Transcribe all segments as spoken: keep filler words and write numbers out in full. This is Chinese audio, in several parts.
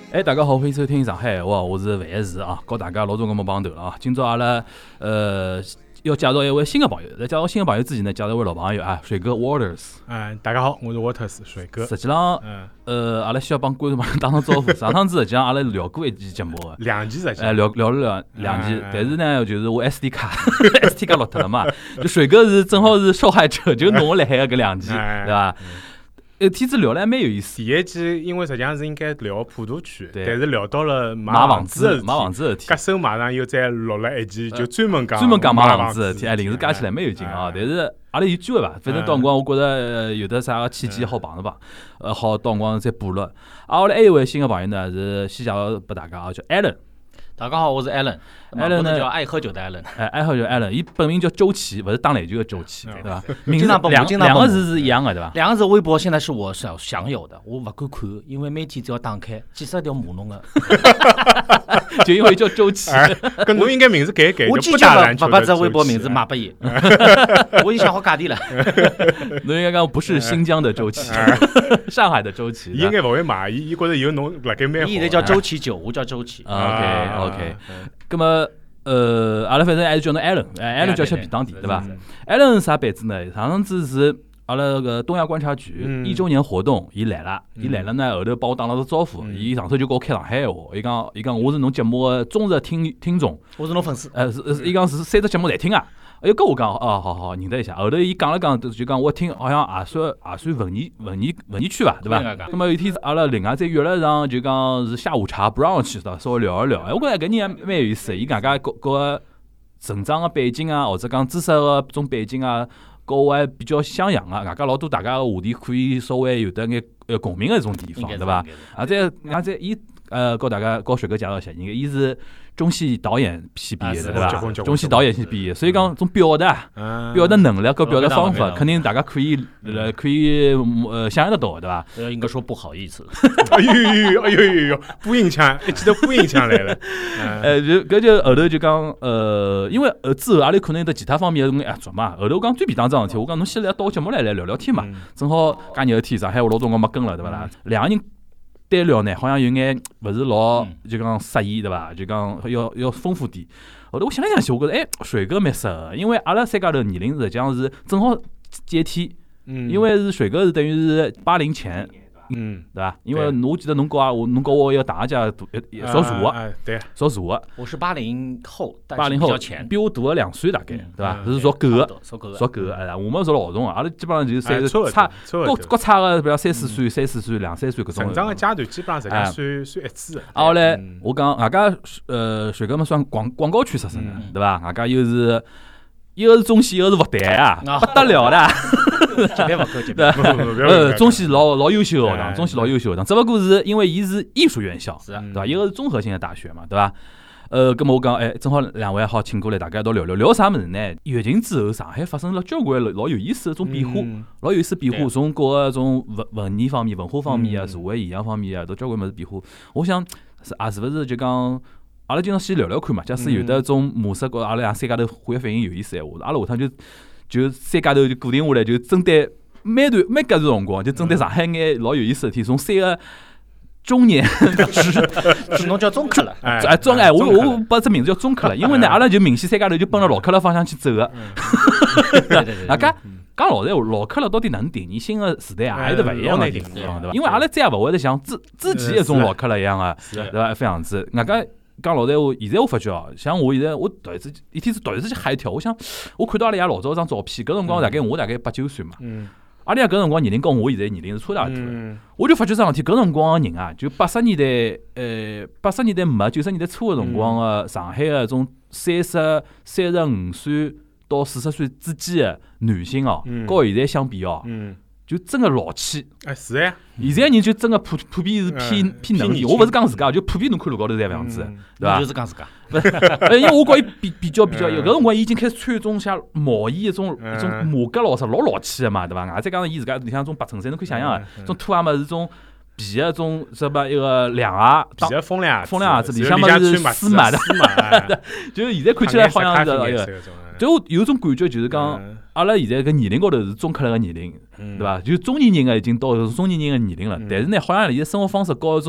哎，大家好，欢迎收听上海话，我是范石啊，和大家老早搿么碰头了啊。今朝阿拉呃要介绍一位新的朋友，在介绍新的朋友之前呢，介绍一位老朋友啊，水哥 Waters。 嗯，大家好，我是 Waters 水哥。 实际上， 嗯， 呃，阿拉先要帮观众朋友打声招呼。上趟子实际上阿拉聊过一期节目的， 两期实际。 哎，聊聊了两两期， 嗯、 但是呢，就是我 S D 卡 S D 卡落脱了嘛，就水哥是正好是受害者，就侬辣海个搿两期， 嗯、 对伐？嗯呃，天子聊了还蛮有意思。 第一季因为实际上是应该聊普陀区，但是聊到了买房房子买房子的事体， 搿手马上又再录了一期，就专门讲专门讲买房子的事体，哎，临时加起来蛮有劲啊。但是阿拉有机会伐？反正到辰光我觉着有的啥个契机好碰着碰，呃，好到辰光再补录。啊，我来还有一位新的朋友呢，是先介绍拨大家啊，叫 Alan。 大家好，我是 Alan。Alan 呢叫爱喝酒的 Alan。 哎，爱喝酒 Alan，伊本名叫周琦，不是打篮球的周琦，对吧？ 经常帮两经常两个字是一样的，对吧？ 两个字微博现在是我享享有的，我不敢看，因为每天只要打开几十条骂侬的。 就因为叫周琦， 跟侬应该名字改改， 我就不打篮球不把这微博名字骂拨伊。我已经想好价钿了。 侬应该讲不是新疆的周琦，上海的周琦。 伊应该勿会骂，伊伊觉着以后侬辣盖蛮好。 伊现在叫周琦九，我叫周琦。 OK OK，咁么呃，阿拉反正还是叫侬 Alan，Alan 叫起便当店，对吧 ？Alan 是啥班子呢？上趟子是阿拉个东亚观察局一周年活动，伊来了，伊来了呢，后头帮我打了个招呼，伊上头就跟我开上海话，伊讲伊讲我是侬节目的忠实听听众， 我是侬粉丝， 呃，是伊讲是三只节目侪听啊。哎呦，跟我讲，哦，好好，认得一下。后头伊讲了讲，就讲我听，好像也算也算文艺文艺文艺区吧，对吧？那么有一天阿拉另外再约了上，就讲是下午茶 brunch 的，稍微聊一聊。哎，我觉着搿人也蛮有意思。伊讲讲各个成长个背景啊，或者讲知识个种背景啊，跟我还比较相像啊。外加老多大家个话题可以稍微有得眼呃共鸣个一种地方，对吧？啊，再啊再伊呃，跟大家跟水哥介绍一下，应该伊是中戏导演系毕业的，对吧？中戏导演系毕业，所以讲种表达、表达能力和表达方法，肯定大家可以呃可以呃想象得到，对吧？ 呃，应该说不好意思。 哎呦呦哎呦呦呦，播音腔，一记头播音腔来了。 呃，就搿就后头就讲呃，因为呃之后阿拉可能有得其他方面个合作嘛。后头讲最便当桩事体，我讲侬先来到我节目来来聊聊天嘛，正好介热天，上海我老早辰光没跟了，对伐啦？两个人。单聊呢，好像有眼勿是老就讲适意，对伐？就讲要要丰富点。后头我想来想去，我觉着哎，水哥蛮适合，因为阿拉三家头年龄实际上是正好接替，嗯，因为是水哥是等于是八零前。嗯，对吧？因为我记得侬跟我，侬跟我一个大家读，少数个，对， 少数个。 我是八零后， 八零后比我大了两岁大概，对吧？这是说够个，说够个。哎，我们是老重啊，阿拉基本上就是三十差，各各差个，比如三四岁、三四岁、两三岁搿种。 成长个阶段基本上实际上算算一致。 啊，后来我讲，外加呃，水哥们算广广告区出身的，对吧？外加又是一个是中戏，一个是复旦啊，不得了的。 级别勿够，级别呃，中戏老老优秀的，中戏老优秀的，只不过是因为伊是艺术院校， 是啊， 对吧？一个是综合性的大学嘛，对吧？呃，咁么我讲，哎，正好两位好请过来，大家一道聊聊聊啥物事呢？疫情之后，上海发生了交关老有意思的种变化，老有意思变化，从各个种文文艺方面、文化方面啊、社会现象方面啊，都交关物事变化。我想是啊，是勿是就讲？阿拉今朝先聊聊看嘛，假使有的种模式和阿拉两三家头化学反应有意思闲话，阿拉下趟就就三家头就固定下来，就针对每段每隔段辰光，就针对上海眼老有意思的事体，从三个中年是侬叫中客了， 哎中哎，我我把这名字叫中客了，因为呢，阿拉就明显三家头就奔着老客了方向去走个。 对对对， 大家讲老实话，老客了到底哪能定义？新的时代也还是勿一样的地方，对伐？因为阿拉再也勿会得像之之前一种老客了一样个，对伐？这样子，外加。讲老实话，现在我发觉哦，像我现在我突然之间一天是突然之间吓一跳，我想我看到阿拉爷老早张照片，搿辰光大概我大概八九岁嘛，嗯，阿拉爷搿辰光年龄跟我现在年龄是差大多的，嗯、我就发觉桩事体，搿辰光个人啊，就八十年代呃八十年代末九十年代初个辰光个上海个种三十三十五岁到四十岁之间个男性哦，和现在相比哦。嗯就真个老气， 哎是呀， 现在人就真个普普遍是偏偏能力，我勿是讲自家，就普遍侬看路高头是这样子，对伐？ 就是讲自家， 因为我觉伊比比较比较，有搿辰光伊已经开始穿一种像毛衣一种一种马甲老啥老老气个嘛，对伐？外再加上伊自家里向种白衬衫，侬可以想象个，种拖鞋嘛是种皮个种什么一个凉鞋， 皮个风凉风凉鞋子里向嘛是丝麻的，就是现在看起来好像是一个。就有种感觉，就是讲，阿拉现在搿年龄高头是中客了个年龄，对伐？就中年人个已经到中年人个年龄了，但是呢，好像伊个生活方式和一种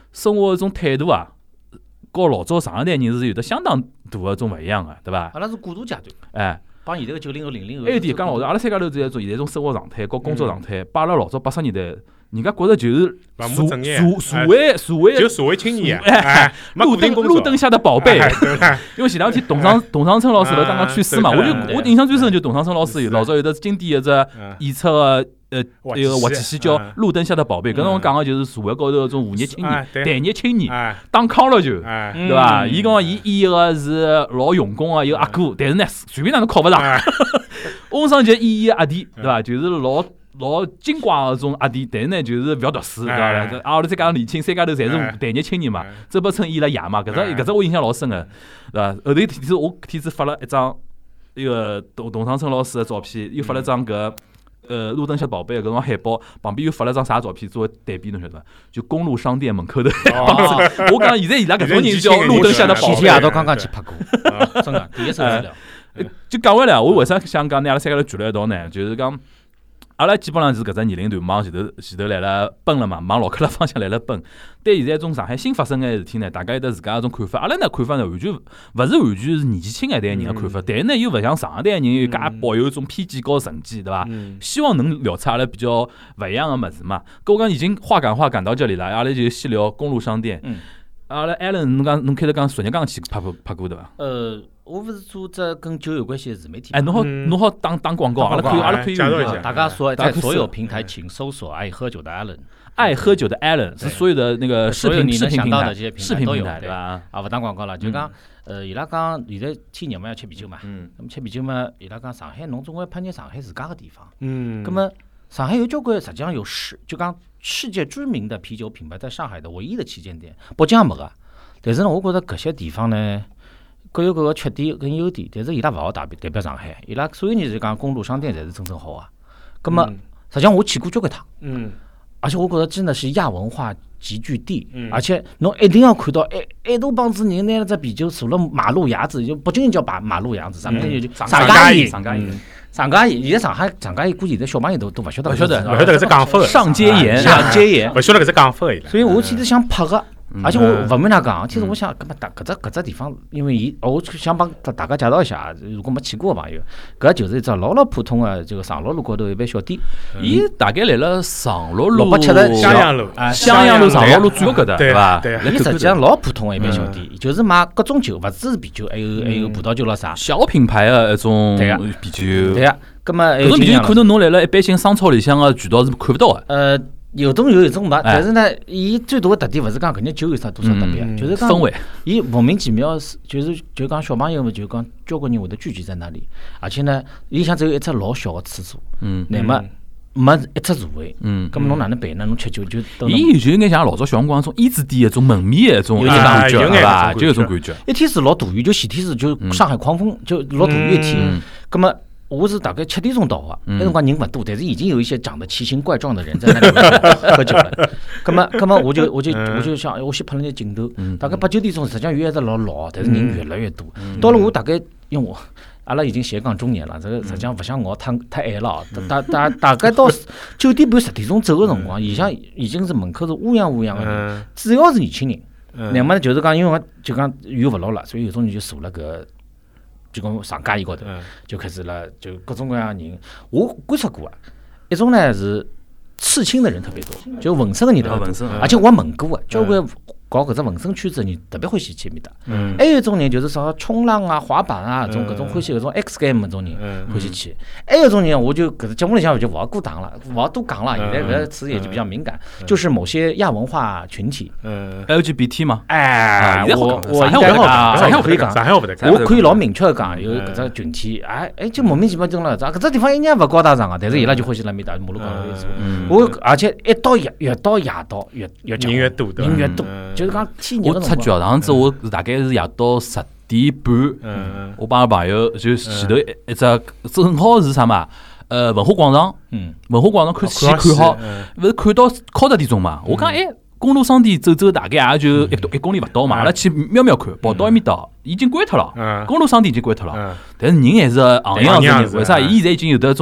生活一种态度啊，和老早上一代人是有得相当大的种勿一样个，对伐？ 阿拉是过渡阶段， 哎， 帮现在个九零后、零零后。 还有点讲老实，阿拉三家头这一种现在种生活状态和工作状态，把阿拉老早八十年代，人家觉着就是社社社会社会就社会青年， 哎，路灯路灯下的宝贝。因为前两天董长董长春老师勿刚刚去世嘛，我就我印象最深就董长春老师有老早有的经典一只演出个。呃，一个滑稽戏叫《路灯下的宝贝》，搿辰光讲个就是社会高头搿种无业青年、待业青年，打糠了就，对伐？伊讲伊演个是老用功个一个阿哥，但是呢，随便哪能考勿上。翁尚杰演演阿弟，对伐？就是老老精怪个种阿弟，但是呢，就是勿要读书，对伐？阿拉再加上年轻，三家头侪是待业青年嘛。周伯春演了爷嘛，搿只搿只我印象老深个，对伐？后头天子我天子发了一张一个董董长春老师个照片，又发了张搿。呃，路灯下宝贝搿种海报旁边又发了张啥照片作为对比，侬晓得伐？就公路商店门口的房子。我讲现在伊拉搿种人叫路灯下的宝贝。 前天夜到刚刚去拍过，真个第一手资料。 就讲回来，我为啥想讲拿阿拉三个人聚辣一道呢？就是讲。阿拉基本上是搿只年龄段往前头前头来了奔了嘛，往老克拉方向来了奔。对现在种上海新发生个事体呢，大家有得自家一种看法。阿拉呢看法呢，完全勿是完全是年纪轻一代人个看法，但是呢又勿像上一代人有介抱有一种偏见和成见，对伐？希望能聊出阿拉比较勿一样个物事嘛。搿我讲已经话赶话赶到这里了，阿拉就先聊公路商店。阿拉 Allen， 侬讲侬开头讲昨日刚去拍过拍过对伐？ 呃。我勿是做只跟酒有关系的自媒体。 哎，侬好，侬好打打广告，阿拉可以，阿拉可以介绍一下。 大家所在所有平台，请搜索“爱喝酒的 Allen”。 爱喝酒的 Allen 是所有的那个视频视频平台，视频平台对吧？ 啊，勿打广告了，就讲，呃，伊拉讲现在天热嘛要吃啤酒嘛，嗯，那么吃啤酒嘛，伊拉讲上海侬总归攀见上海自家个地方，嗯，那么上海有交关实际上有世就讲世界知名的啤酒品牌在上海的唯一的旗舰店，北京也没个，但是呢，我觉得搿些地方呢。各有各个缺点跟优点，但是伊拉勿好代表代表上海，伊拉所有人就讲公路商店才是真正好啊。咁么，实际上我去过交关趟，嗯，而且我觉得真的是亚文化集聚地，嗯，而且侬一定要看到一一大帮子人拿了只啤酒坐了马路牙子，就北京人叫马马路牙子，上面就上家宴， 上家宴， 上家宴。现在上海上家宴，估计现在小朋友都都勿晓得， 勿晓得， 勿晓得搿只讲法， 上街宴， 上街宴， 勿晓得搿只讲法伊拉。 所以我其实想拍个。而且我勿瞒㑚讲，其实我想，搿么搿搿只搿只地方，因为伊，我想帮大家介绍一下，如果没去过的朋友，搿就是一只老老普通的这个上洛路高头一爿小店。 伊大概来了上洛路六百七十襄阳路， 襄阳路上洛路最后搿搭，对伐？ 伊实际上老普通的一爿小店，就是卖各种酒，勿只是啤酒，还有还有葡萄酒咯啥。 小品牌的一种啤酒。 对呀，搿么搿种啤酒可能侬来了一般性商超里向个渠道是看勿到的。 呃。有种有，有种没，但是呢，伊最大的特点勿是讲搿眼酒有啥多少特别，就是讲氛围。 伊莫名其妙，就是就讲小朋友们就讲交关人会得聚集在那里，而且呢，里向只有一只老小的厕所，嗯，乃末没一只座位，嗯，咁么侬哪能办呢？侬吃酒就伊就应该像老早小辰光种胭脂店一种门面的一种感觉，对伐？就有种感觉。 一天是老大雨，就前天是就上海狂风，就老大雨一天，咁么。我是大概七点钟到的，那辰光人勿多，但是已经有一些长得奇形怪状的人在那里喝酒了。咁么，咁么我就我就我就想，我先拍了眼镜头。大概八九点钟，实际上雨还是老老，但是人越来越多。到了我大概，因为我阿拉已经斜杠中年了，这个实际上勿像我太太矮了。大大大概到九点半十点钟走的辰光，里向已经是门口是乌泱乌泱的人，主要是年轻人。那么就是讲，因为我就讲雨勿落了，所以有种人就坐了搿。就讲上街一高头就开始了，就各种各样的人。我观察过啊，一种呢是刺青的人特别多，就纹身的人特别多，而且我问过啊，交关搞搿只纹身圈子的人特别欢喜去面搭。嗯，还有一种人就是啥冲浪啊、滑板啊，种搿种欢喜搿种 X game 搿种人欢喜去。还有一种人，我就搿只节目里向我就勿好过堂了，勿好多讲了，现在搿个词也就比较敏感，就是某些亚文化群体， 嗯 ，L G B T 嘛。 哎，我我应该好讲，上海可以讲， 上海我勿得讲， 我可以老明确的讲，有搿只群体，哎哎，就莫名其妙种了，搿只地方一眼勿高大上个，但是伊拉就欢喜辣面搭马路高头一坐。我而且一到夜越到夜到越越人越多， 人越多。就是讲天热我出脚上次我大概是夜到十点半，嗯、我帮个朋友就前头一一只正好是啥嘛？呃，文化广场，嗯，文化广场看戏看好，勿是看到靠十点钟嘛？我讲哎，公路商店走走大概也就一一公里勿到嘛，阿拉去瞄瞄看，跑到埃面搭已经关脱了，公路商店已经关脱了，但是人还是行样子人，为啥？伊现在已经有得种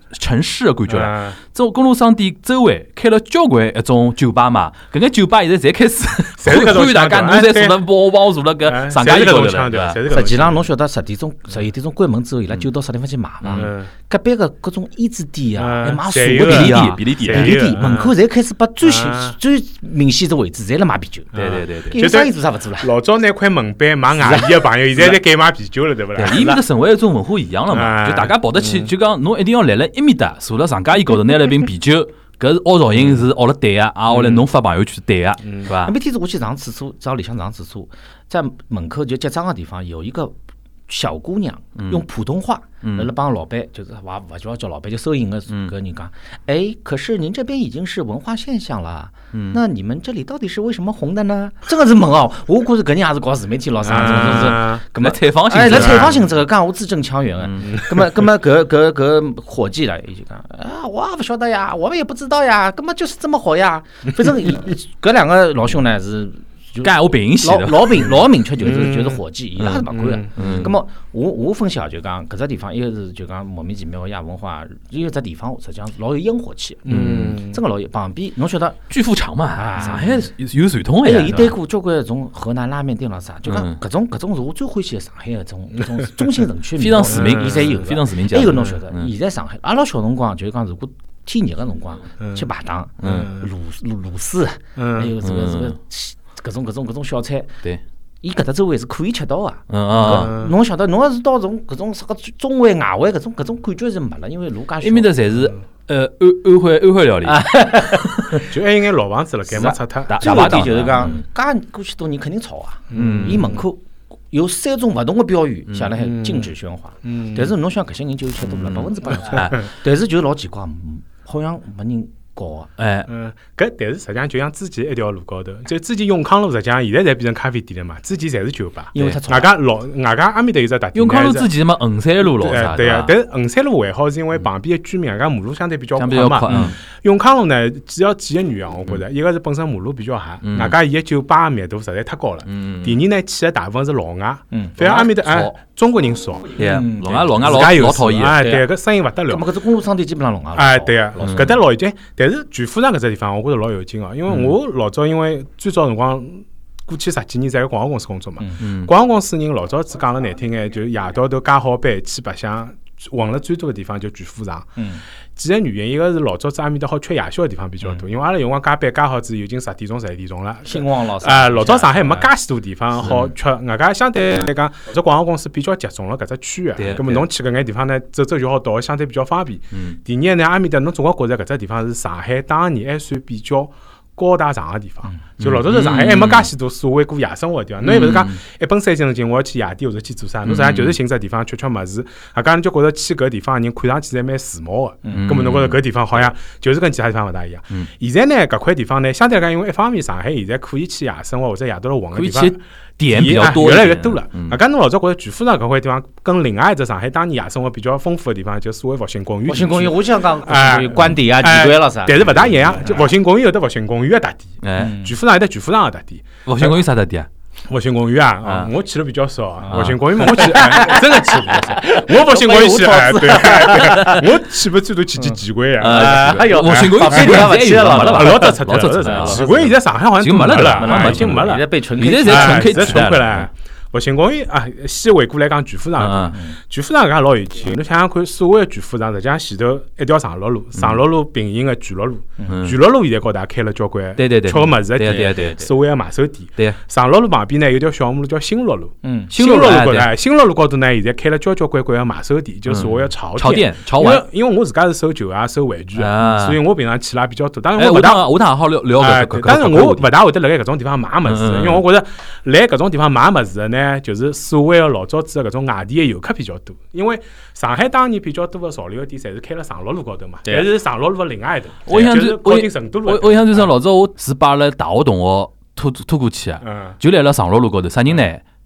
城市的感觉了。这公路商店周围开了交关一种酒吧嘛，搿眼酒吧现在侪开始呼吁大家，侬侪坐了包包坐了搿上街高头了，对伐？ 实际上侬晓得十点钟、十一点钟关门之后，伊拉就到啥地方去买嘛？隔壁个各种胭脂店啊，还买茶个店啊， 便利店、 便利店门口侪开始把最最明显的位置，侪辣卖啤酒。 对对对对， 有生意做啥勿做了？ 老早拿块门板买外衣的朋友，现在在改买啤酒了，对勿啦？ 伊面搭成为一种文化现象了嘛，就大家跑得去，就讲侬一定要来了埃面搭，坐辣上街椅高头拿了瓶啤酒。搿是凹造型是凹了对个，啊，后来侬发朋友圈对个，是伐？ 每天子我去上厕所，找里向上厕所，在门口就结账的地方有一个小姑娘用普通话来了帮老板，就是哇勿就要叫老板就收银的搿人讲，哎，可是您这边已经是文化现象了，那你们这里到底是为什么红的呢？真的是问哦，我估计搿人也是搞自媒体老啥，是是， 搿么采访性质， 哎，来采访性质个，讲我字正腔圆个，搿么搿么搿搿搿伙计来伊就讲啊，我也勿晓得呀，我们也不知道呀，搿么就是这么火呀，反正搿两个老兄呢是。 干我平息老老明老明确就是就是伙计，伊拉是勿管个。咁么我我分析就讲搿只地方，一个是就讲莫名其妙个亚文化，一个只地方实际上老有烟火气，嗯，真个老有。旁边侬晓得巨富场嘛，上海有传统个。 还有伊对过交关种河南拉面店咾啥，就讲搿种搿种是我最欢喜个上海个种种中心城区， 非常市民， 伊侪有， 非常市民。 还有侬晓得，现在上海阿拉小辰光就是讲如果天热个辰光吃排档，卤卤卤丝，还有这个这个。搿种搿种搿种小菜， 对， 伊搿搭周围是可以吃到个。 嗯啊， 侬晓得，侬要是到种搿种啥个中环、外环搿种搿种感觉是没了，因为路介小。 埃面搭侪是呃安安徽安徽料理， 就还有眼老房子了，盖没拆脱。 最问题就是讲，介过去多年肯定吵啊。嗯，伊门口有三种勿同个标语写辣海禁止喧哗。嗯，但是侬想搿些人就吃多了，百分之八十错。但是就老奇怪，好像没人。 哎， 嗯，搿但是实际上就像之前一条路高头，就之前永康路实际上现在侪变成咖啡店了嘛，之前侪是酒吧。 因为它外加老外加阿面搭有只特点。 永康路之前嘛，衡山路咯啥对啊，但是衡山路还好，是因为旁边的居民，外加马路相对比较宽嘛。永康路呢，主要几个原因，我觉着，一个是本身马路比较狭，外加伊个酒吧密度实在太高了。第二呢，去的大部分是老外，反正阿面搭哎中国人少。 对啊，老外老外老老讨厌。 哎，对，搿生意勿得了。 咁么搿只公路商店基本上老外。 哎，对啊，搿搭老已经，但是全富场搿只地方，我觉着老有劲哦，因为我老早因为最早辰光过去十几年在广告公司工作嘛，广告公司人老早子讲了难听眼，就夜到头加好班去白相，混了最多的地方就全富场。几个原因，一个是老早子阿面搭好吃夜宵的地方比较多，因为阿拉用光加班加好子已经十点钟、十一点钟了。 星光老啊，老早上海没介许多地方好吃，外加相对来讲，这广告公司比较集中了搿只区域，咁么侬去搿眼地方呢，走走就好到，相对比较方便。第二呢，阿面搭侬总归觉着搿只地方是上海当年还算比较高大上个地方，就老早子上海还没介许多所谓过夜生活个地方。侬又勿是讲一本三斤斤，我要去夜店或者去做啥？侬实际上就是寻只地方吃吃物事。啊，讲侬就觉着去搿地方个人看上去侪蛮时髦个。咁么侬觉着搿地方好像就是跟其他地方勿大一样。现在呢，搿块地方呢，相对来讲，因为一方面上海现在可以去夜生活或者夜到了混个地方点比较多， 越来越多了。啊，讲侬老早觉着全富场搿块地方跟另外一只上海当年夜生活比较丰富个地方，就所谓复兴公园。 复兴公园，我想讲官邸啊、奇观了啥， 但是勿大一样。就复兴公园有得复兴公园个特点。全富场有得全富场个特点。 复兴公园啥特点啊？ 复兴公园啊，我去了比较少。复兴公园我去，真的去比较少。我复兴公园去，对，我去不最多去去奇观啊。哎呦， 复兴公园现在勿去了，没了， 老早出，老早出。奇观现在上海好像就没了了，已经没了， 现在被纯， 现在侪纯 K 取代了。复兴公园啊，先回过来讲全富场，全富场搿也老有劲。侬想想看，所谓的全富场，实际上前头一条长乐路，长乐路并行个巨乐路，巨乐路现在高头开了交关吃个物事的店，所谓的买手店。长乐路旁边呢有条小马路叫新乐路，新乐路高头，新乐路高头呢现在开了交交关关个买手店，就所谓的潮店。 因为因为我自家是收酒啊、收玩具啊，所以我平常去啦比较多。当然我勿大，我大好聊聊搿。 当然我勿大会得辣盖搿种地方买物事，因为我觉着来搿种地方买物事呢，就是所谓的老早子的搿种外地的游客比较多，因为上海当年比较多的潮流的店，侪是开了长乐路高头嘛。但是长乐路的另外一头， 我印象最靠近成都路。 我我印象最深，老早我是把阿拉大学同学拖拖过去啊，就来了长乐路高头，啥人呢？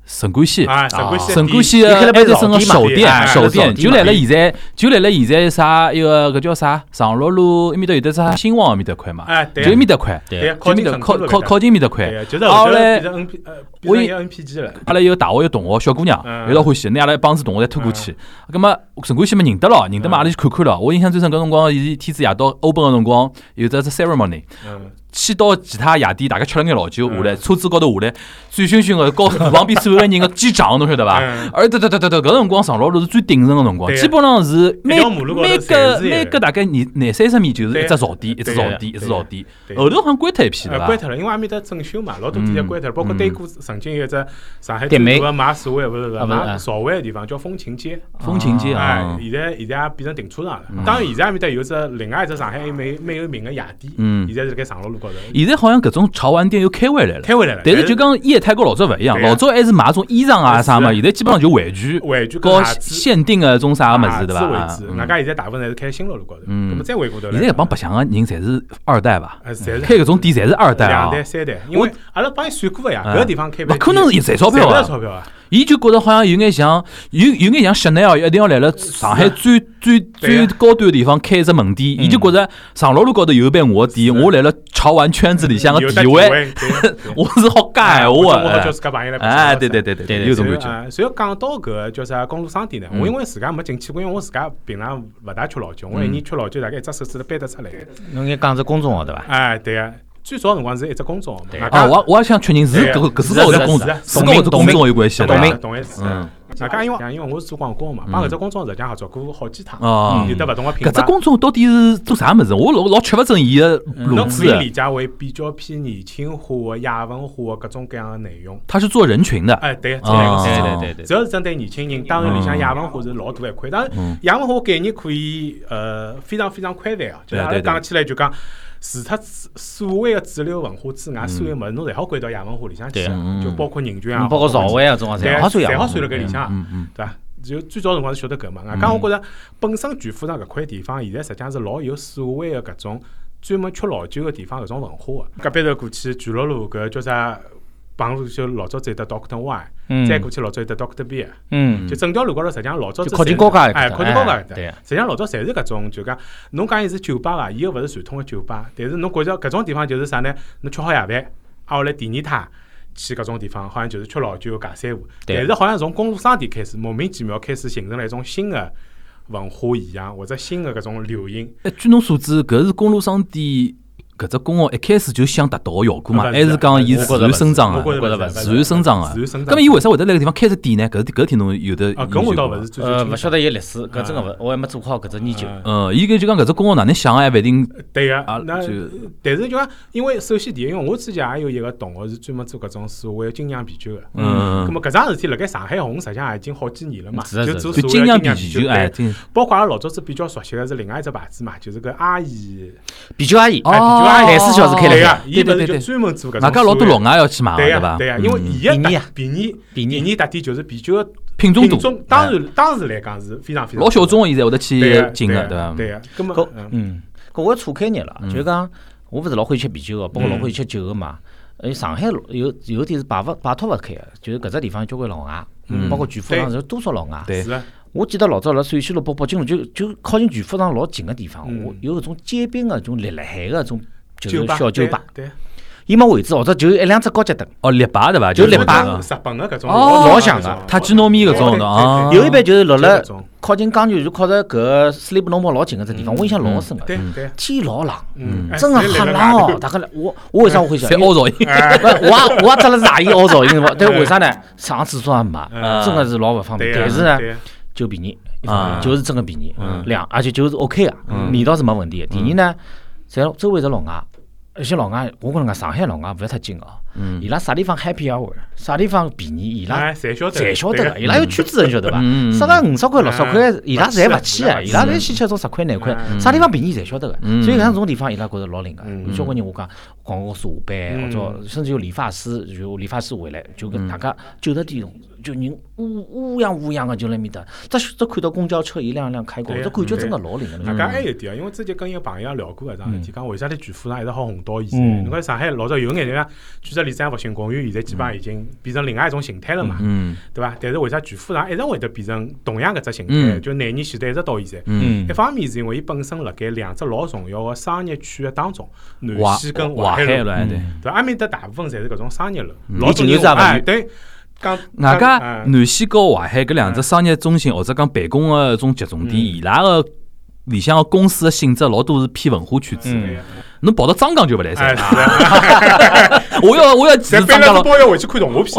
陈冠希啊，陈冠希， 陈冠希的埃德森个首店，首店就来了现在，就来了现在啥一个搿叫啥长乐路埃面搭有得啥新旺埃面搭块嘛，就埃面搭块， 对， 靠近靠靠靠近埃面搭块。 就是后来变成 N P 呃，变成 N P G 了。 阿拉有大学有同学小姑娘，有老欢喜，拿阿拉一帮子同学侪拖过去。葛末陈冠希嘛认得咯，认得嘛阿拉去看看咯。我印象最深搿辰光，伊天子夜到 open 个辰光，有只 ceremony。去到其他夜店，大家吃了眼老酒，下来车子高头下来，醉醺醺个，告诉旁边所有个人个机长，侬晓得伐？而对对对对对，搿辰光上老路是最鼎盛个辰光，基本上是每每个每个大概二廿三十米就是一只槽点，一只槽点，一只槽点。后头好像关脱一批了， 关脱了，因为埃面搭整修嘛，老多店侪关脱了，包括对过曾经有一只上海最大个卖所谓勿是卖潮玩个地方叫风情街， 风情街啊，现在现在也变成停车场了。当然现在埃面搭有只另外一只上海蛮蛮有名个夜店，现在是辣盖上路路高头。 现在好像搿种潮玩店又开回来了， 开回来了。 但是就讲业态跟老早勿一样，老早还是买种衣裳啊啥嘛，现在基本上就玩具、 玩具和限定个种啥个物事，对伐？ 为主，外加现在大部分侪是开新路路高头。嗯，咁再回过头来， 现在搿帮白相个人侪是二代伐？ 开搿种店侪是二代啊， 两代、三代。因为阿拉帮伊算过个呀，搿个地方开， 勿可能是赚钞票啊！ 伊就觉得好像有眼像，有有眼像香奈儿一定要来了上海最最最高端个地方开一只门店，伊就觉着上路路高头有一爿我店，我来了潮玩圈子里向个地位，我是好讲闲话个。我好叫自家朋友来白相。 哎，对对对对，有种感觉。 所以讲到搿叫啥公路商店呢？我因为自家没进去过，因为我自家平常勿大吃老酒，我一年吃老酒大概一只手指头背得出来。 侬应该讲是公众号对伐？ 哎，对个。最早辰光是一只公众号嘛， 啊，我我也想确认是搿搿是跟公众，是跟搿只公众号有关系的， 同名同一次。大家因为因为我是做广告嘛，帮搿只公众号实际上合作过好几趟，有得勿同个品牌。 搿只公众号到底是做啥物事？我老老吃勿准伊个路子。 侬可以理解为比较偏年轻化个亚文化个各种各样个内容。 它是做人群的。 哎，对， 对对对对， 主要是针对年轻人。当然里向亚文化是老大一块，当然亚文化概念可以呃非常非常宽泛啊，就是阿拉讲起来就讲。除脱所谓的主流文化之外，所有物事侬侪好归到亚文化里向去，就包括人群啊， 包括潮玩啊，种啊， 侪好算侪好算辣盖里向，对伐？就最早辰光是晓得搿嘛。外加我觉着本身巨富场搿块地方，现在实际上是老有所谓的搿种专门吃老酒个地方搿种文化个。隔壁头过去巨鹿路搿叫啥？旁路就老早走得 Doctor Y， 再过去老早有得 Doctor B， 嗯，就整条路高头实际上老早靠近高架， 哎，靠近高架的，实际上老早侪是搿种，就讲侬讲伊是酒吧伐，伊又勿是传统个酒吧，但是侬觉着搿种地方就是啥呢？侬吃好夜饭，啊，后来第二趟去搿种地方，好像就是吃老酒、尬三胡，但是好像从公路商店开始，莫名其妙开始形成了一种新的文化现象，或者新的搿种流行。 哎，据侬所知，搿是公路商店。搿只公号一开始就想达到个效果嘛，还是讲伊自然生长个？自然生长个。咁么伊为啥会得辣搿地方开只店呢？搿搿天侬有的啊，搿我倒勿是最呃，勿晓得伊历史，搿真个勿，我还没做好搿只研究。 嗯，伊搿就讲搿只公号哪能想个，还勿一定。 对个，那但是就讲，因为首先第一，因为我之前也有一个同学是专门做搿种所谓精酿啤酒个。嗯。咁么搿桩事体辣盖上海红，实际上也已经好几年了嘛。 是就做所谓精酿啤酒，哎， 包括阿拉老早子比较熟悉个是另外一只牌子嘛，就是搿阿姨啤酒阿姨， 哎，啤酒阿姨， 廿四小时开。 对个，伊勿是就专门做搿种， 外加老多老外要去买， 对伐？ 对个，因为伊个便宜，便宜，便宜特点就是啤酒个品种多， 当然当时来讲是非常非常老小众个，现在会得去进个，对伐？ 对个，搿么嗯，搿我岔开眼了，就是讲我勿是老欢喜吃啤酒个，包括老欢喜吃酒个嘛。呃，上海有有点是摆勿摆脱勿开个，就是搿只地方有交关老外，包括巨富场是多少老外。 对。 我记得老早辣陕西路、北北京路，就就靠近巨富场老近个地方，我有搿种街边个种立辣海个种就是小酒吧。 对。 伊没位置，或者就一两只高脚凳。 哦，立牌对伐？ 就立牌， 日本个搿种， 老像个， 塔基糯米搿种的啊。 有一般就是落辣靠近江区，就靠着搿斯里布农坡老近个只地方，我印象老深个。 对对。 天老冷，真个黑冷哦！大概我我为啥我会想？ 侪凹噪音。 我我也扎了大衣凹噪音，但为啥呢？上厕所也没，真个是老勿方便。但是呢，就便宜，就是真个便宜，两而且就是 OK 个，味道是没问题。第二呢，在周围是老外。而且老外，我跟侬讲，上海老外勿要太精哦。嗯。伊拉啥地方 happy hour， 啥地方便宜，伊拉侪晓得， 侪晓得个。伊拉有圈子人晓得伐？啥个五十块、六十块，伊拉侪勿去个。伊拉侪先吃种十块、廿块，啥地方便宜侪晓得个。所以像种地方，伊拉觉着老灵个。有交关人我讲，广告公司下班，或者甚至有理发师，就理发师回来，就跟大家九十点钟，就人乌乌泱乌泱个就辣面搭，只只看到公交车一辆辆开过，这感觉真个老灵个。 大家还有一点啊，因为之前跟一个朋友聊过搿桩事体，讲为啥体巨富场一直好红到现在？侬看上海老早有眼人家举只里山复兴公园现在基本上已经变成另外一种形态了嘛， 嗯， 对伐？但是为啥巨富场一直会得变成同样搿只形态？ 嗯就廿年前头一直到现在。 嗯一方面是因为伊本身辣盖两只老重要个商业区个当中，南淮西跟淮海路， 海了，对。 对伐？埃面搭大部分侪是搿种商业楼， 嗯老多人哎对。讲外加嗯南西和淮海搿两只商业中心或者讲办公个种集中点，伊拉个里向个公司个性质老多是偏文化圈子。侬跑到张江就勿来塞。我要我要其实张江了， 包要回去看动画片。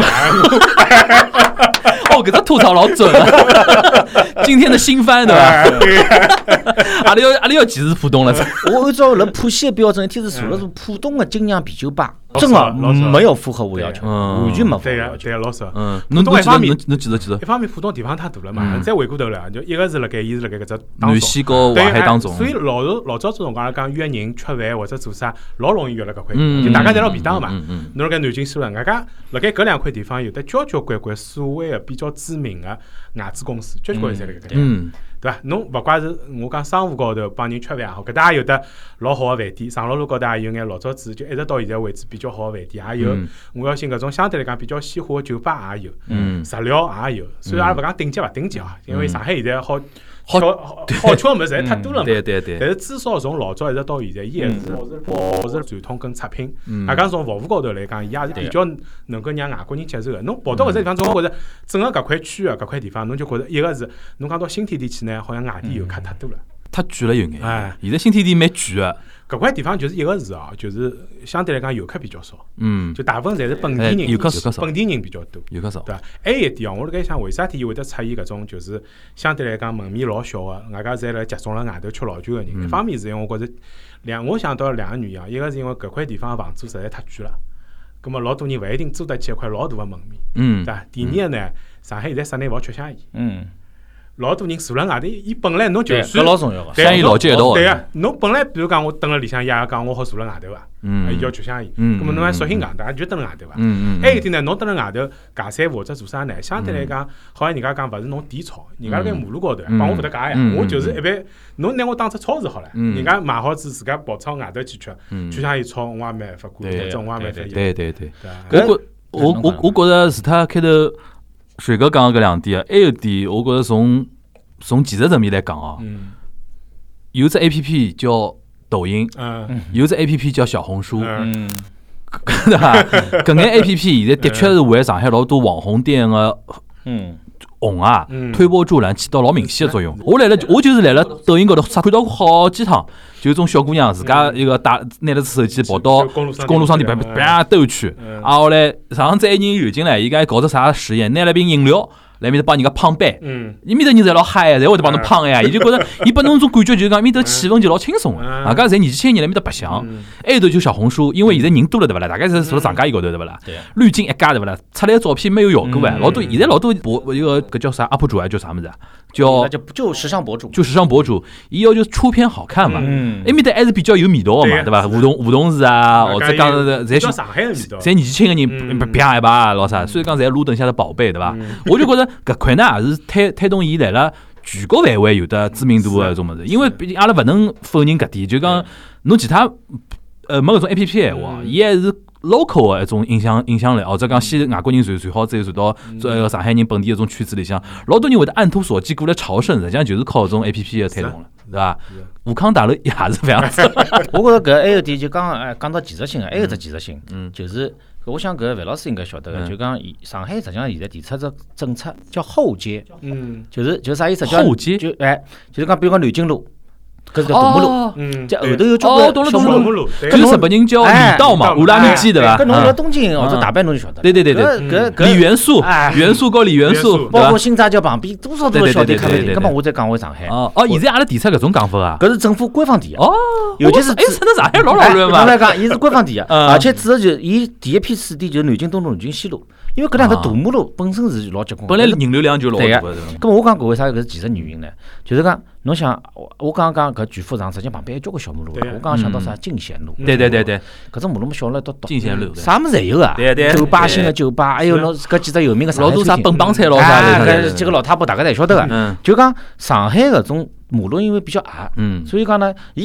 哦，搿只吐槽老准，今天的新番对伐？阿拉要阿拉要及时浦东了。 我按照人浦西的标准，一天是查了是浦东的精酿啤酒吧，真的没有符合我要求，完全没符合对个， 要求。 对个，老少。 嗯，侬侬记得侬侬记得记得。 一方面浦东地方太大了嘛，再回过头来，就一个是辣盖伊是辣盖搿只南西和淮海当中， 所以老早老早子辰光讲约人吃饭或者做啥，老容易约辣搿块地方，就大家侪老便当嘛。侬辣盖南京西路，外加辣盖搿两块地方有得交交关关所谓个比较知名个外资公司，交交关关侪辣搿地方。对伐？侬勿怪是我讲商务高头帮人吃饭也好，搿搭也有得老好个饭店，上洛路高头也有眼老早子就一直到现在为止比较好个饭店，也有我要寻搿种相对来讲比较鲜活个酒吧也有，食料也有。虽然阿拉勿讲顶级勿顶级啊，因为上海现在好好好吃个物事实在太多了嘛。 对对对。 但是至少从老早一直到现在，伊还是保持传统跟出品。也讲从服务高头来讲，伊也是比较能够让外国人接受个。侬跑到搿只地方，总觉着整个搿块区个搿块地方，侬就觉着一个是侬讲到新天地去呢，好像外地游客太多了， 太贵了有眼。 哎， 现在新天地蛮贵个。 搿块地方就是一个是啊，就是相对来讲游客比较少， 嗯， 就大部分侪是本地人， 游客少， 本地人比较多， 游客少， 对伐？还有一点哦，我辣盖想，为啥体伊会得出现搿种就是相对来讲门面老小个，外加侪辣集中辣外头吃老酒个人？一方面是因为我觉着两，我想到两个原因啊，一个是因为搿块地方房租实在太贵了，葛末老多人勿一定租得起一块老大个门面， 嗯， 对伐？第二个呢，上海现在室内勿好吃香烟， 嗯。 老多人坐辣外头，伊本来侬就算老重要个， 香烟老接一道。 对个，侬本来比如讲我蹲辣里向夜讲我好坐辣外头伐，嗯，伊要吃香烟， 嗯， 咁么侬还索性讲，大家就蹲辣外头伐， 嗯嗯。 还有一点呢，侬蹲辣外头架三或者做啥呢？相对来讲，好像人家讲勿是侬点钞，人家辣盖马路高头帮我勿得架呀，我就是一般，侬拿我当只超市好了，人家买好子自家跑超外头去吃，吃香烟钞我也没办法管，或者我也没办法。 对对对，我觉我我我觉着除脱开头水哥讲搿两点啊，还有点我觉着从。从技术层面来讲哦， 嗯、 有只 A P P 叫抖音， 嗯、 有只 A P P 叫小红书， 嗯， 对伐？搿眼 A P P 现在的确是为上海老多网红店个嗯红啊、 嗯、 推波助澜起到老明显的作用。我来了，我就是来了抖音高头看到好几趟，就种小姑娘自家一个打拿了只手机跑到公路商店旁边兜一圈，啊后来上次一人游进来，伊讲搞只啥实验，拿了瓶饮料。来面头帮人家胖班， 嗯， 伊面头人侪老嗨个，侪会得帮侬胖个呀。伊就觉着，伊拨侬种感觉就是讲，面头气氛就老轻松个。大家侪年纪轻人来面头白相，还有头就小红书，因为现在人多了对勿啦？大概是坐辣上家伊高头对勿啦？滤镜一加对勿啦？出来个照片没有效果哎，老多现在老多博一个搿叫啥 U P 主啊，叫啥物事啊？叫就就时尚博主， 就时尚博主，伊要求出片好看嘛，埃面搭还是比较有味道个嘛，对伐？互动互动是啊，或者讲侪是上海个味道， 侪年纪轻个人啪一把老啥，所以讲侪路灯下的宝贝对伐？我就觉着搿块呢也是推推动伊来了全国范围有的知名度个搿种物事，因为毕竟阿拉勿能否认搿点，就讲侬其他呃没搿种 A P P 闲话，伊还是 local 个一种影响影响力，或者讲先外国人传传好之后传到呃上海人本地一种圈子里向，老多人会得按图索骥过来朝圣，实际上就是靠搿种 A P P 个推动了，对伐？武康大楼也是搿样子。 我觉着搿还有点就讲哎讲到技术性个，还有只技术性，嗯，就是我想搿范老师应该晓得个，就讲上海实际上现在提出只政策叫后街，嗯，就是就是啥意思？叫后街就哎，就是讲比如讲南京路。搿是条大马路， 嗯， 这后头有交关小马路， 搿是日本人叫里道嘛，乌拉米基对伐？ 搿侬辣东京或者大阪侬就晓得。 对对对对， 搿搿李元素，元素和李元素， 包括新杂交旁边多少多少小店咖啡店，搿么我再讲回上海。 哦哦，现在阿拉提出搿种讲法啊， 搿是政府官方提哦， 尤其是哎，趁着上海老老乱嘛。 侬来讲，伊是官方提个，而且主要就伊第一批试点就是南京东路、南京西路，因为搿两条大马路本身是老结棍， 本来人流量就老大个。 搿么我讲搿为啥搿是技术原因呢？就是讲侬想，我刚刚讲搿巨富场实际上旁边还交关小马路，我刚刚想到啥进贤路， 对对对对， 搿只马路么小了到到进贤路， 啥物事侪有啊， 对对， 酒吧新个酒吧，还有侬搿几只有名个老多啥本帮菜老啥搿几个老太婆大家侪晓得个，就讲上海搿种马路因为比较矮，嗯，所以讲呢，伊搿种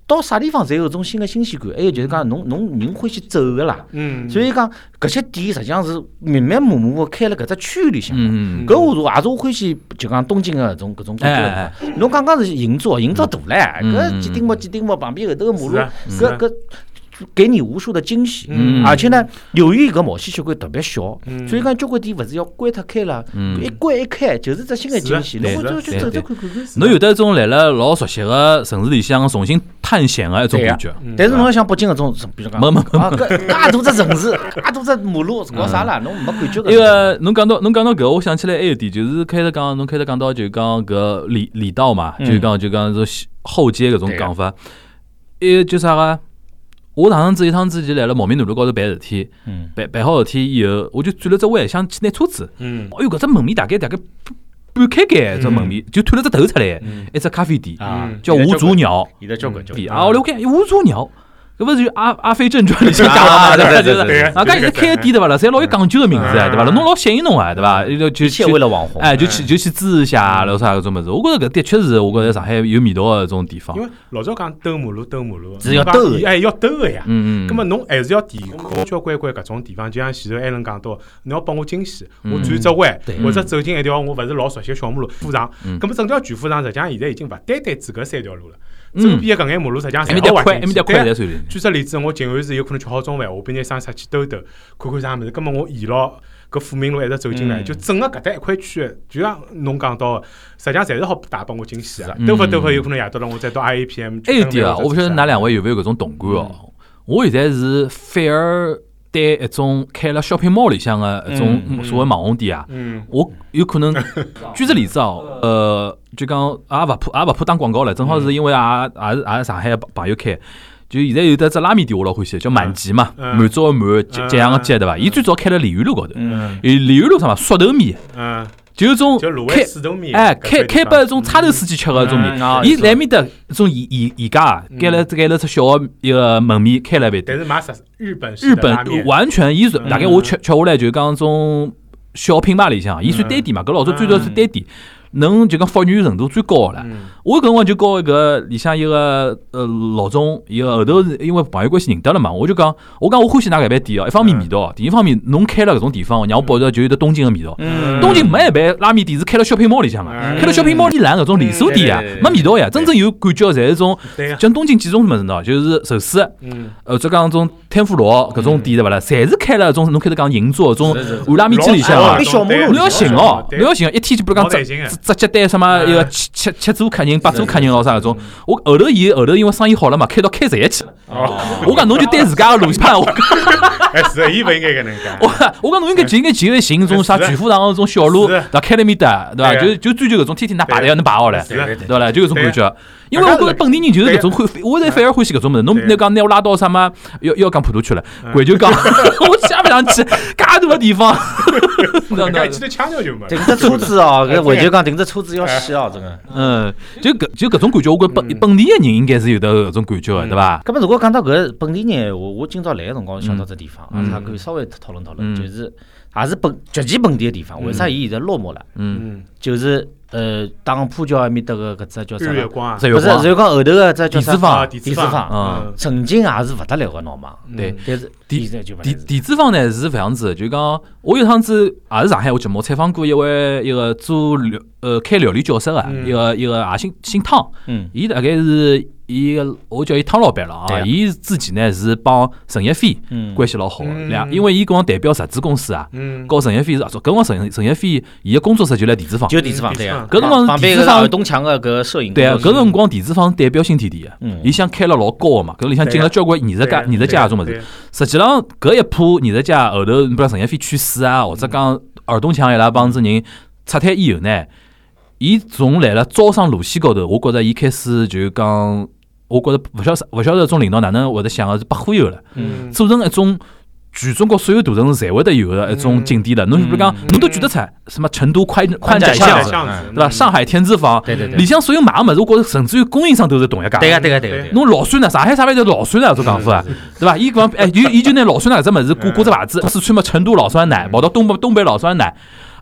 到啥地方侪有种新的新鲜感，还有就是讲侬侬人欢喜走个啦，嗯，所以讲搿些店实际上是密密麻麻开了搿只区域里向，嗯，搿我也是我欢喜就讲东京个搿种搿种感觉。侬刚刚是营造营造大唻，搿几顶木几顶木旁边后头个马路，搿搿。给你无数的惊喜，嗯、而且呢，由于搿毛细血管特别小，嗯、所以讲交关店勿是要关脱开了，嗯、一关一开就是只新的惊喜。侬就去走走看看看。 侬有得一种来了老熟悉个城市里向重新探险个一种感觉。 嗯、但是侬像北京搿种，比如讲， 没没没， 啊，搿介大只城市，介大只马路，搞啥啦？侬没感觉个。 因为侬讲到侬讲到搿，我想起来还有点，就是开头讲，侬开头讲到就讲搿里里道嘛，就讲就讲是后街搿种讲法，一叫啥个？我上趟子一趟子就来了茂名南路高头办事体，嗯、办办好事体以后，我就转了只弯，想去拿车子。嗯、哎哟，搿只门面大概大概半开间，只门面、嗯、就探了只头出来，嗯、一只咖啡店，嗯、叫吴祖鸟。 现在交关交关。 啊，我来看吴祖鸟。搿勿是就阿阿飞正传里向讲嘛，对伐？就是啊，搿现在开个店对伐啦？侪老有讲究个名字，对伐啦？侬老吸引侬啊，对伐？就一切为了网红， 哎，就去就去支持下，然后啥搿种物事。我觉着搿的确是，我觉着上海有味道个搿种地方。 因为老早讲兜马路兜马路， 是要兜， 哎，要兜个呀。 嗯嗯。 葛末侬还是要提供交关关搿种地方，就像前头艾伦讲到，侬要拨我惊喜，我转只弯，或者走进一条我勿是老熟悉小马路，富场。葛末整条全富场实际上现在已经勿单单只搿三条路了。周边个搿眼马路实际上侪好挖进去。举只例子，我静安寺有可能吃好中饭，下边拿生出去兜兜，看看啥物事。葛末我沿牢搿富民路一直走进来，就整个搿搭一块区，就像侬讲到，实际上侪是好带拨我惊喜个。兜勿兜勿有可能夜到了，我再到 I A P M。 还有点啊，我勿晓得㑚两位有没有搿种同感哦？我现在是反而对一种开了 shopping mall 里向个一种所谓网红店啊，我有可能举个例子哦，呃。就讲也勿怕，也勿怕打广告了。正好是因为也也是也是上海个朋友开，就现在有得只拉面店我老欢喜，叫满记嘛，满足个满，吉吉祥个吉，对伐？伊最早开了鲢鱼路高头，鲢鱼路上嘛，熟头面，就有种开哎开开拨一种差头司机吃个一种面。伊来面搭种宜宜宜家，盖了盖了只小个一个门面，开了一爿。 但是买啥日本日本完全伊大概我吃吃下来就讲种小品牌里向，伊算单店嘛，搿老早最早是单店。能就讲复原程度最高了。嗯、我搿辰光就告一个里向一个呃老总，伊个后头是因为朋友关系认得了嘛，我就讲，我讲我欢喜㑚搿爿店哦，一方面味道，第一方面侬开了搿种地方，让我觉着就有得东京个味道。嗯、东京没一爿拉面店是开了 shopping mall 里向个，嗯、开了 shopping mall 里烂搿种连锁店啊，嗯、没味道呀。真正有感觉侪是种像东京几种物事喏，就是寿司，嗯、呃，再讲种天妇罗搿种店对勿啦，侪是开了种侬开头讲银座种韩拉面机里向啊，侬要寻哦，侬要寻一天就比如讲只只接待什么一个七七七组客人、八组客人咾啥搿种，我后头伊后头因为生意好了嘛，开到开十一去了。我讲侬就对自家个路线盘，我哎是，伊勿应该搿能介。 我我讲侬应该就应该就来寻种啥全富场个种小路，对伐？开了面搭，对伐？就就追求搿种天天拿排队要能排好来，对伐啦？就搿种感觉。因为我觉着本地人就是搿种欢，我才反而欢喜搿种物事。侬那讲拿我拉到啥么？要要讲普陀区了，贵就讲，我想不想去？介大个地方， 搿记得腔调就没。 停只车子哦，搿回就讲停只车子要死哦，真个。 嗯，就搿就搿种感觉，我觉本本地个人应该是有得搿种感觉个，对伐？ 搿么如果讲到搿本地人，我我今朝来个辰光想到只地方，阿拉可以稍微讨论讨论，就是也是本绝技本地个地方，为啥伊现在落寞了？嗯，就是。呃，打浦桥埃面搭个搿只叫啥？ 日月光， 不是日月光后头个只叫啥？ 地子坊， 地子坊，嗯，曾经也是勿得了个闹忙， 对， 但是地地地子坊呢是搿样子，就讲我有趟子也是上海话节目采访过一位一个做料呃开料理教室个一个一个也姓姓汤，嗯，伊大概是。伊个我叫伊汤老板了啊，伊自己呢是帮陈一飞关系老好，两因为伊搿光代表实质公司啊，告陈一飞是合作，搿辰光陈陈一飞伊个工作室就辣地子坊， 就地子坊对啊， 搿辰光地子坊东墙个搿摄影对啊，搿辰光地子坊代表新天地个，伊想开了老高个嘛，搿里向进了交关艺术家艺术家搿种物事，实际上搿一批艺术家后头，比如陈一飞去世啊，或者讲尔东强伊拉帮子人撤退以后呢，伊从来了招商路线高头，我觉着伊开始就讲。我觉着勿晓得勿晓得种领导哪能会得想个是不忽悠了，嗯、做成一种全中国所有大城市侪会得有的一种景点了。侬、嗯、比如讲，侬都举得出什么成都宽宽窄巷子，对伐？上海天字坊， 对对对， 里向所有买个物事，我觉着甚至于供应商都是同一家。 对个对个对个。 侬老酸呢？上海啥物事叫老酸呢？搿种讲法，对伐？伊讲哎，伊伊就拿老酸奶搿只物事挂挂只牌子，四川嘛成都老酸奶，跑到东北东北老酸奶。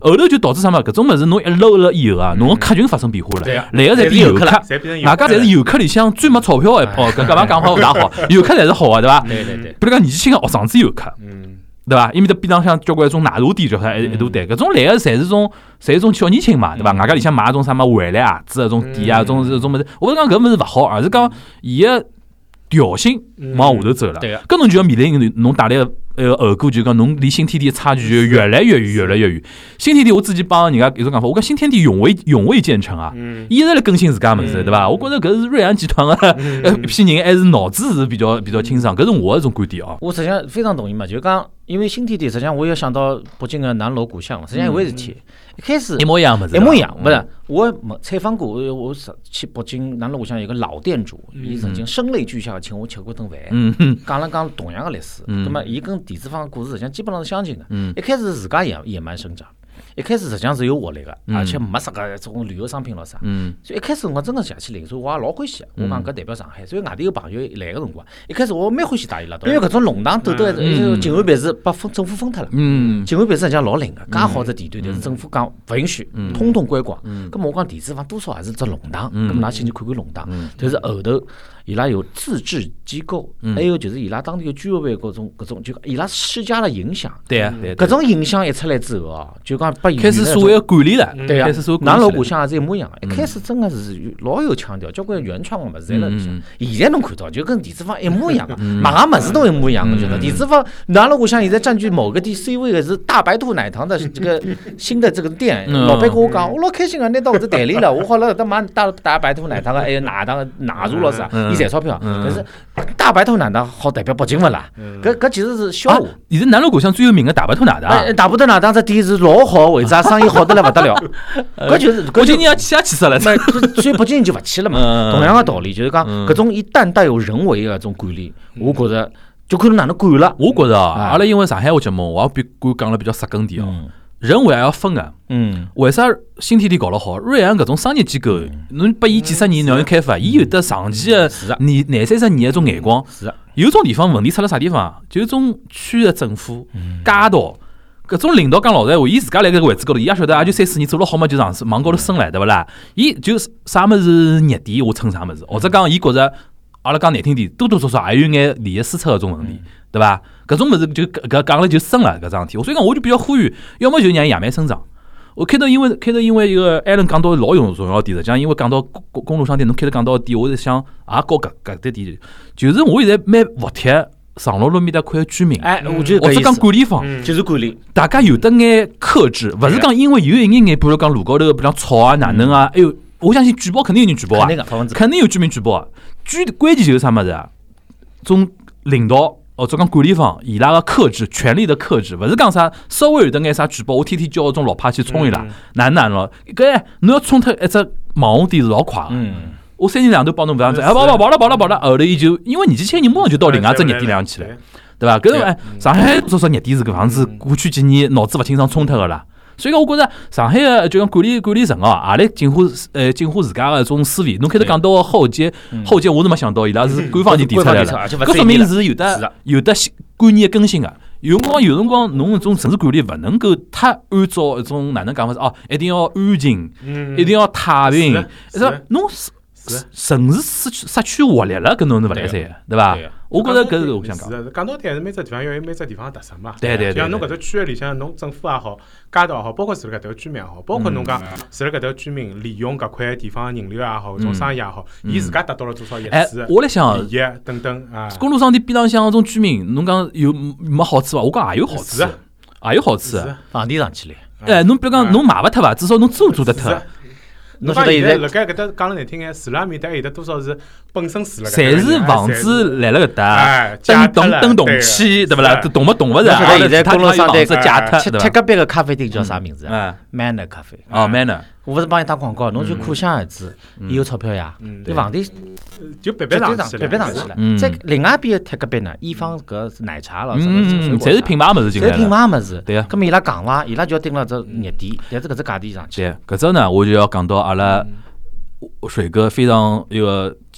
后头就导致啥嘛？搿种物事侬一搂了以后啊，侬客群发生变化了，来个侪变游客，外加侪是游客里向最没钞票的一批，搿搿帮讲法勿大好，游客侪是好个对伐？ 对对对， 比如讲年纪轻个学生子游客， 嗯， 对伐？因为得边浪向交关种奶茶店叫啥一一大堆，搿种来个侪是种侪是种小年轻嘛，对伐？外加里向买种啥么回来鞋子搿种店啊，种种物事，我勿是讲搿物事勿好，而是讲伊个调性往下头走了，搿侬就要面临侬带来个呃后果，就讲侬离新天地差距就越来越远，越来越远。新天地我之前帮人家有种讲法，我讲新天地永未永未建成啊，一直辣更新自家物事，对伐？我觉着搿是瑞安集团个一批人还是脑子是比较比较清爽，搿是我一种观点哦。 我实际上非常同意嘛，就讲因为新天地，实际上我也想到北京个南锣鼓巷，实际上一回事体。一开始一模一样物事， 一模一样，勿是我采访过，我我去北京南锣鼓巷有个老店主，伊曾经声泪俱下请我吃过顿饭，讲了讲同样个历史，咁么伊跟地主坊个故事实际上基本上是相近的。一开始自家野野蛮生长。一开始实际上是有活力个，而且没啥个种旅游商品咯啥，所以一开始我真个想去零售，我也老欢喜。我讲搿代表上海，所以外地有朋友来个辰光，一开始我蛮欢喜带伊拉到，因为搿种弄堂斗斗，静安别墅把封政府封脱了。静安别墅实际上老灵个，介好只地段，但是政府讲勿允许，通通关光。咁我讲地主坊多少还是只弄堂，咁㑚先去看看弄堂。但是后头伊拉有自治机构，还有就是伊拉当地个居委会各种各种，就伊拉施加了影响。 对啊， 搿种影响一出来之后哦，就讲把开始所谓的管理了。 对啊，南锣鼓巷也是一模一样。一开始真个是老有腔调，交关原创个物事在辣里向。现在侬看到就跟地主坊一模一样个，买个物事都一模一样个，觉得地主坊南锣鼓巷现在占据某个地 C 位的是大白兔奶糖的这个新的这个店。老板跟我讲，我老开心个，拿到搿只代理了，我好辣搿搭买大大白兔奶糖个，还有奶糖个奶茶咯啥，伊赚钞票。但是大白兔奶糖好代表北京勿啦？搿搿其实是笑话。 现在南锣鼓巷最有名个大白兔奶糖， 大白兔奶糖只店是老好个位置啊，生意好得来勿得了。搿就是北京人要去也去死了， 所以北京人就勿去了嘛。同样个道理，就是讲搿种一旦带有人为个种管理，我觉着就可能哪能管了。 我觉着啊，阿拉因为上海话节目，我也比敢讲了比较杀根点哦。人为也要分个，嗯，为啥新天地搞得好？瑞安搿种商业机构，侬拨伊几十年让伊开发，伊有得长期个年廿三十年一种眼光。 是有种地方问题出了啥地方？就种区的政府、街道。搿种领导讲老实闲话，伊自家辣搿个位置高头，伊也晓得，也就三四年做了好嘛，就上往高头升了，对勿啦？伊就啥物事热点，我称啥物事，或者讲伊觉着，阿拉讲难听点，多多少少也有眼利益输出搿种问题，对伐？搿种物事就搿讲了就升了搿桩事体，所以讲我就比较呼吁，要么就让野蛮生长。我开头因为开头因为一个艾伦讲到老有重要点，实际上因为讲到公公路商店，侬开头讲到点，我是想也搞搿搿搭点，就是我现在蛮服帖。上路路面搭块居民， 哎，我觉得或者讲管理方， 就是管理， 大家有得眼克制，勿是讲因为有一眼眼，比如讲路高头，比如讲草啊、哪能啊，哎呦，我相信举报肯定有人举报啊，肯定有居民举报啊。居关键就是啥物事啊？种领导或者讲管理方，伊拉个克制，权力的克制，勿是讲啥稍微有得眼啥举报，我天天叫种老派去冲伊拉，哪能咯？搿侬要冲脱一只网红店是老快个。我三年两头帮侬搿样子，哎，跑跑跑了跑了跑了，后头伊就因为年纪轻人马上就到另外只热点上去了，对伐？搿种哎，上海多少热点是搿样子，过去几年脑子勿清爽冲脱个啦。所以讲，我觉着上海个就讲管理管理层哦，也来进化呃进化自家个种思维。侬开头讲到后街，后街我是没想到伊拉是官方已经提出来了，搿说明是有的有的观念更新个。有辰光有辰光，侬搿种城市管理勿能够太按照一种哪能讲法是哦，一定要安静，一定要太平，是侬。城市失去失去活力了，搿侬是勿来三，对伐？我觉着搿是我想讲。 讲到底还是每只地方要有每只地方的特色嘛。 对对对。 像侬搿只区域里向，侬政府也好，街道也好，包括住辣搿搭个居民也好，包括侬讲住辣搿搭个居民利用搿块地方人流也好，种生意也好，伊自家达到了多少益处？ 我来想， 利益等等啊。 公路商店边浪向种居民，侬讲有没好处伐？我讲也有好处，也有好处。 房地上去了。 哎，侬比如讲，侬卖勿脱伐？至少侬租租得脱。 侬晓得现在辣盖搿搭讲了难听眼，住辣面搭还有得多少是本身住辣搿搭， 侪是房子来了搿搭，登动登动器对勿啦？动勿动勿是？ 现在公路商店假脱， 踢踢隔壁个咖啡厅叫啥名字？Manner 咖啡。 哦 ，Manner。 我勿是帮伊打广告，侬就可想而知，伊有钞票呀。对房地就别别上去了， 别别上去了。在另外一边踢隔壁呢，一方搿是奶茶了，什么侪是品牌物事进来， 侪是品牌物事。 对啊。 咁么伊拉讲伐？伊拉就要盯了只热点，但是搿只价钿上去。 对，搿只呢，我就要讲到阿拉水哥非常一个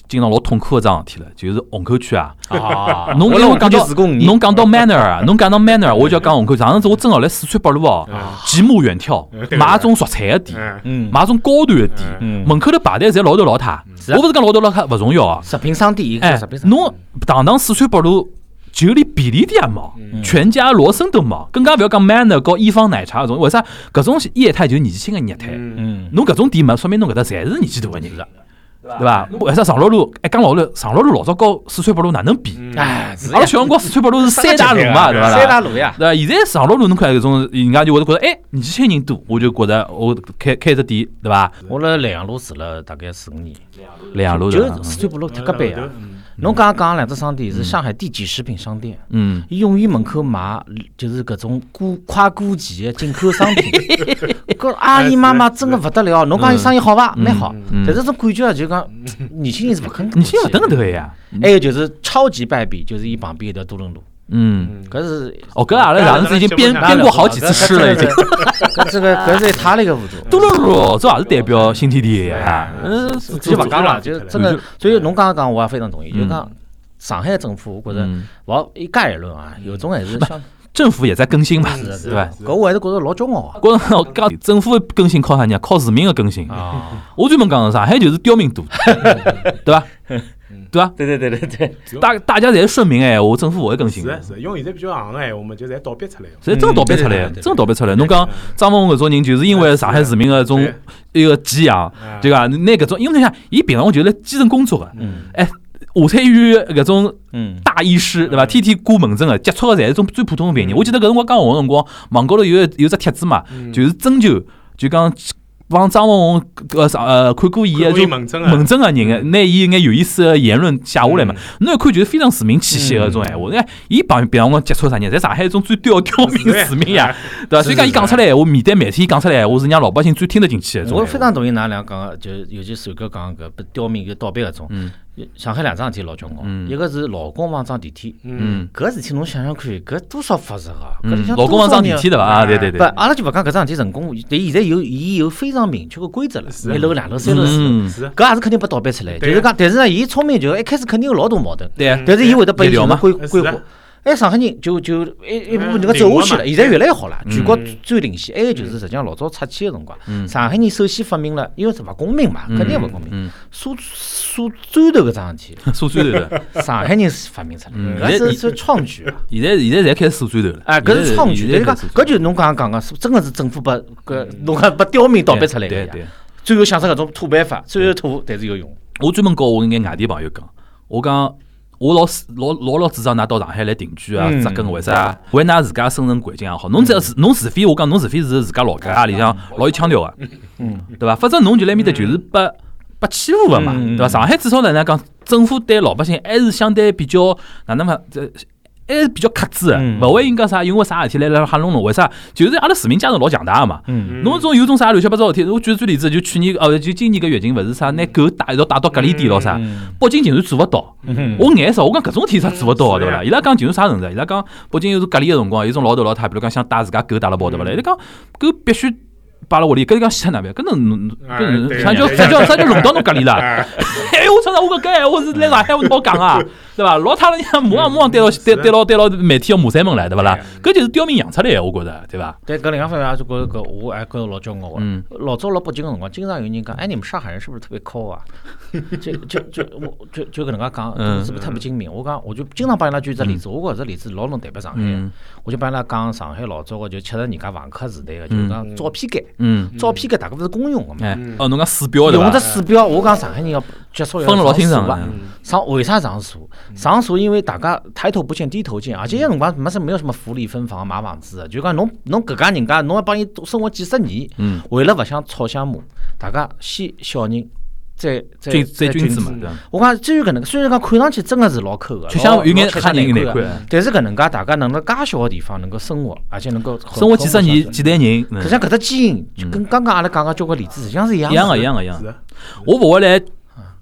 经常老痛苦个桩事体了，就是虹口区啊。 啊， 侬因为讲到侬侬讲到 manner 啊，侬讲到 manner， 我就要讲虹口。上次子我正好来四川北路哦，骑马远眺，买种蔬菜个店，买种高端个店，门口头排队侪老头老太。我勿是讲老头老太勿重要啊， 食品商店， 哎，侬堂堂四川北路。就连便利店也没，全家罗森都没，更加勿要讲 Manner 和一方奶茶搿种。为啥？搿种业态就是年纪轻个业态。侬搿种店嘛，说明侬搿搭侪是年纪大个人，对伐？为啥长乐路？哎，讲老路，长乐路老早和四川北路哪能比？ 哎， 阿拉小辰光四川北路是三大路嘛，对伐？ 三大路呀， 对伐？现在长乐路侬看搿种，人家就会觉着，哎，年纪轻人多，我就觉着我开开只店，对伐？ 我辣莱阳路住了大概四五年， 莱阳路就是四川北路特隔壁啊。侬刚刚讲两只商店是上海第几食品商店， 嗯， 永远门口卖就是搿种过跨国际的进口商品，搿阿姨妈妈真的勿得了。侬讲伊生意好伐？蛮好，但是这种感觉啊，就讲年轻人是勿肯， 年轻人勿等得呀。 还有就是超级败笔，就是伊旁边一条多伦路。 嗯， 搿是哦，搿阿拉两次已经编编过好几次诗了，已经。 搿这个搿是一塌了一个糊涂。 多伦路这也是代表新天地呀， 嗯，就勿讲了，就真的。所以侬刚刚讲，我也非常同意，就讲上海政府，我觉着勿一概而论啊，有种还是像政府也在更新嘛，对伐？ 搿我还是觉着老骄傲啊。 觉着讲政府更新靠啥呢？靠市民的更新。我专门讲上海就是刁民多，对伐？对吧？ 对对对对对， 大大家侪是顺民哎，我政府勿会更新。 是是，用现在比较行个闲话嘛，就侪倒逼出来。 侪真倒逼出来，真倒逼出来。侬讲张文宏搿种人，就是因为上海市民个种一个寄养，对伐？拿搿种，因为你看，伊平常就是基层工作个，哎，华山医院搿种大医师，对伐？天天挂门诊个，接触个侪是种最普通个病人。我记得搿辰光刚红个辰光，网高头有有只帖子嘛，就是征求，就讲。帮张文宏呃呃看过伊个就门诊个人，拿伊眼有意思个言论写下来嘛，侬一看就是非常市民气息个种闲话。哎，伊帮别辰光接触啥人，在上海一种最刁刁民市民呀，对伐？所以讲伊讲出来闲话，面对媒体讲出来闲话，是让老百姓最听得进去个。 我非常同意㑚两讲个，就尤其是搿讲搿不刁民搿倒逼搿种。上海两桩事体老骄傲，一个是老公房装电梯，嗯，搿事体侬想想看，搿多少复杂个，搿里向老公房装电梯对伐？啊，对对对。 不，阿拉就勿讲搿桩事体成功，但现在有伊有非常明确个规则了，一楼、两楼、三楼、四楼，搿也是肯定拨倒逼出来。就是讲，但是呢，伊聪明就一开始肯定有老大矛盾， 对， 但是伊会得拨伊形成规规划。哎，上海人就就一一步步能够走下去了，现在越来越好了，全国最领先。还有就是实际上老早出去个辰光，上海人首先发明了，因为是勿公平嘛，肯定勿公平。刷刷砖头搿桩事体， 刷砖头的， 上海人发明出来，搿是是创举啊！ 现在现在侪开始刷砖头了， 哎，搿是创举。但是讲搿就是侬刚刚讲个，真个是政府把搿侬讲把刁民倒逼出来个呀。最后想出搿种土办法，虽然土，但是有用。 我专门跟我眼外地朋友讲，我讲。我老老老老主张㑚到上海来定居啊，扎根为啥？为㑚自家生存环境也好。侬只要是侬除非我讲侬除非是自家老家里向老有腔调个，嗯，对伐？否则侬就来面搭就是被被欺负个嘛，对伐？上海至少哪能讲，政府对老百姓还是相对比较哪能嘛？这。还是比较克制的，勿会应该啥，因为啥事体来来吓弄侬？为啥？就是阿拉市民家长老强大个嘛。侬种有种啥乱七八糟事体，我举个最例子，就去年哦，就今年个疫情，勿是啥拿狗带一道带到隔离点咯啥？北京竟然做勿到。我眼少，我讲搿种事体啥做勿到，对勿啦？伊拉讲竟然啥程度？伊拉讲北京有隔离个辰光，有种老头老太，比如讲想带自家狗带了跑，对勿啦？伊拉讲狗必须。摆辣屋里，搿讲死哪边？搿侬搿啥叫啥叫啥叫轮到侬隔离了？哎，我操！我搿搿闲话是来上海我是好讲啊，对伐？老太人马上马上对牢对对牢对牢媒体要骂三门来，对勿啦？搿就是刁民养出来个，我觉着，对伐？ 对，搿另外方面也是觉着搿我还觉着老骄傲个。老早辣北京个辰光，经常有人讲，哎，你们上海人是不是特别抠啊？就就就我就就搿能介讲，是不是特别精明？我讲我就经常帮伊拉举只例子，我觉着这例子老能代表上海。我就帮伊拉讲上海老早个就七十年代房客时代个，就是讲照片间。嗯，照片间大概勿是公用个嘛？ 哦，侬讲水表对伐？ 用只水表，我讲上海人要接触要分了老清爽个。 上为啥上树？上树因为大家抬头不见低头见，而且那辰光没什没有什么福利分房买房子，就讲侬侬搿家人家侬要帮伊生活几十年，为了勿想吵相骂，大家先小人。再再再君子嘛， 我讲至于搿能，虽然讲看上去真个是老抠个， 就像有眼吓人难看， 但是搿能介大家能辣介小个地方能够生活，而且能够生活几十年几代人， 实际上搿只基因就跟刚刚阿拉讲个交关例子实际上是一样一样个一样个一样。我勿会来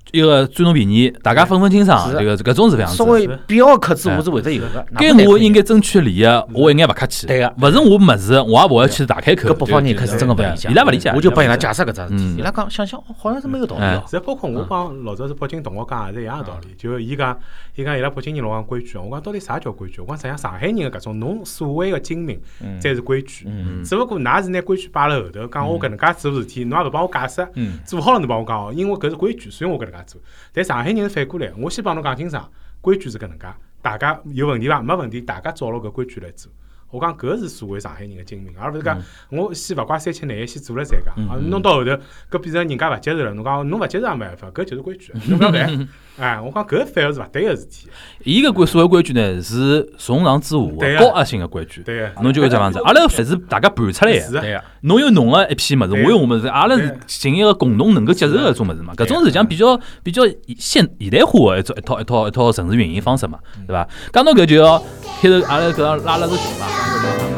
一个占侬便宜，大家分分清爽，这个搿种是搿样子。 稍微表克制我是会得有个。 该我应该争取利益，我一眼勿客气。 对个， 勿是我物事，我也勿会去大开口。 搿北方人开始真个勿理解， 伊拉勿理解， 我就帮伊拉解释搿桩事体。伊拉讲想想，好像是没有道理哦。 实包括我帮老早是北京同学讲也是一样个道理。就伊讲，伊讲伊拉北京人老讲规矩，我讲到底啥叫规矩？我讲实际上上海人个搿种侬所谓个精明，才是规矩。只不过㑚是拿规矩摆辣后头，讲我搿能介做事体，侬也勿帮我解释，做好了侬帮我讲哦，因为搿是规矩，所以我搿能介做。但上海人是反过来，我先帮侬讲清爽，规矩是搿能介，大家有问题伐？没问题，大家照牢搿规矩来做。我讲搿是所谓上海人的精明，而勿是讲我先勿怪三七廿一先做了再讲，啊，弄到后头搿变成人家勿接受了，侬讲侬勿接受也没办法，搿就是规矩，侬勿要烦。哎，我讲搿反而是勿对个事体。 伊个规所谓规矩呢，是从上至下个高压性个规矩。 对个， 侬就搿只样子，阿拉还是大家盘出来个。 对个， 侬有侬个一批物事，我有我物事，阿拉是寻一个共同能够接受个一种物事嘛。搿种实际上比较比较现现代化个一种一套一套一套城市运营方式嘛，对伐？讲到搿就要开头阿拉搿拉拉只球嘛。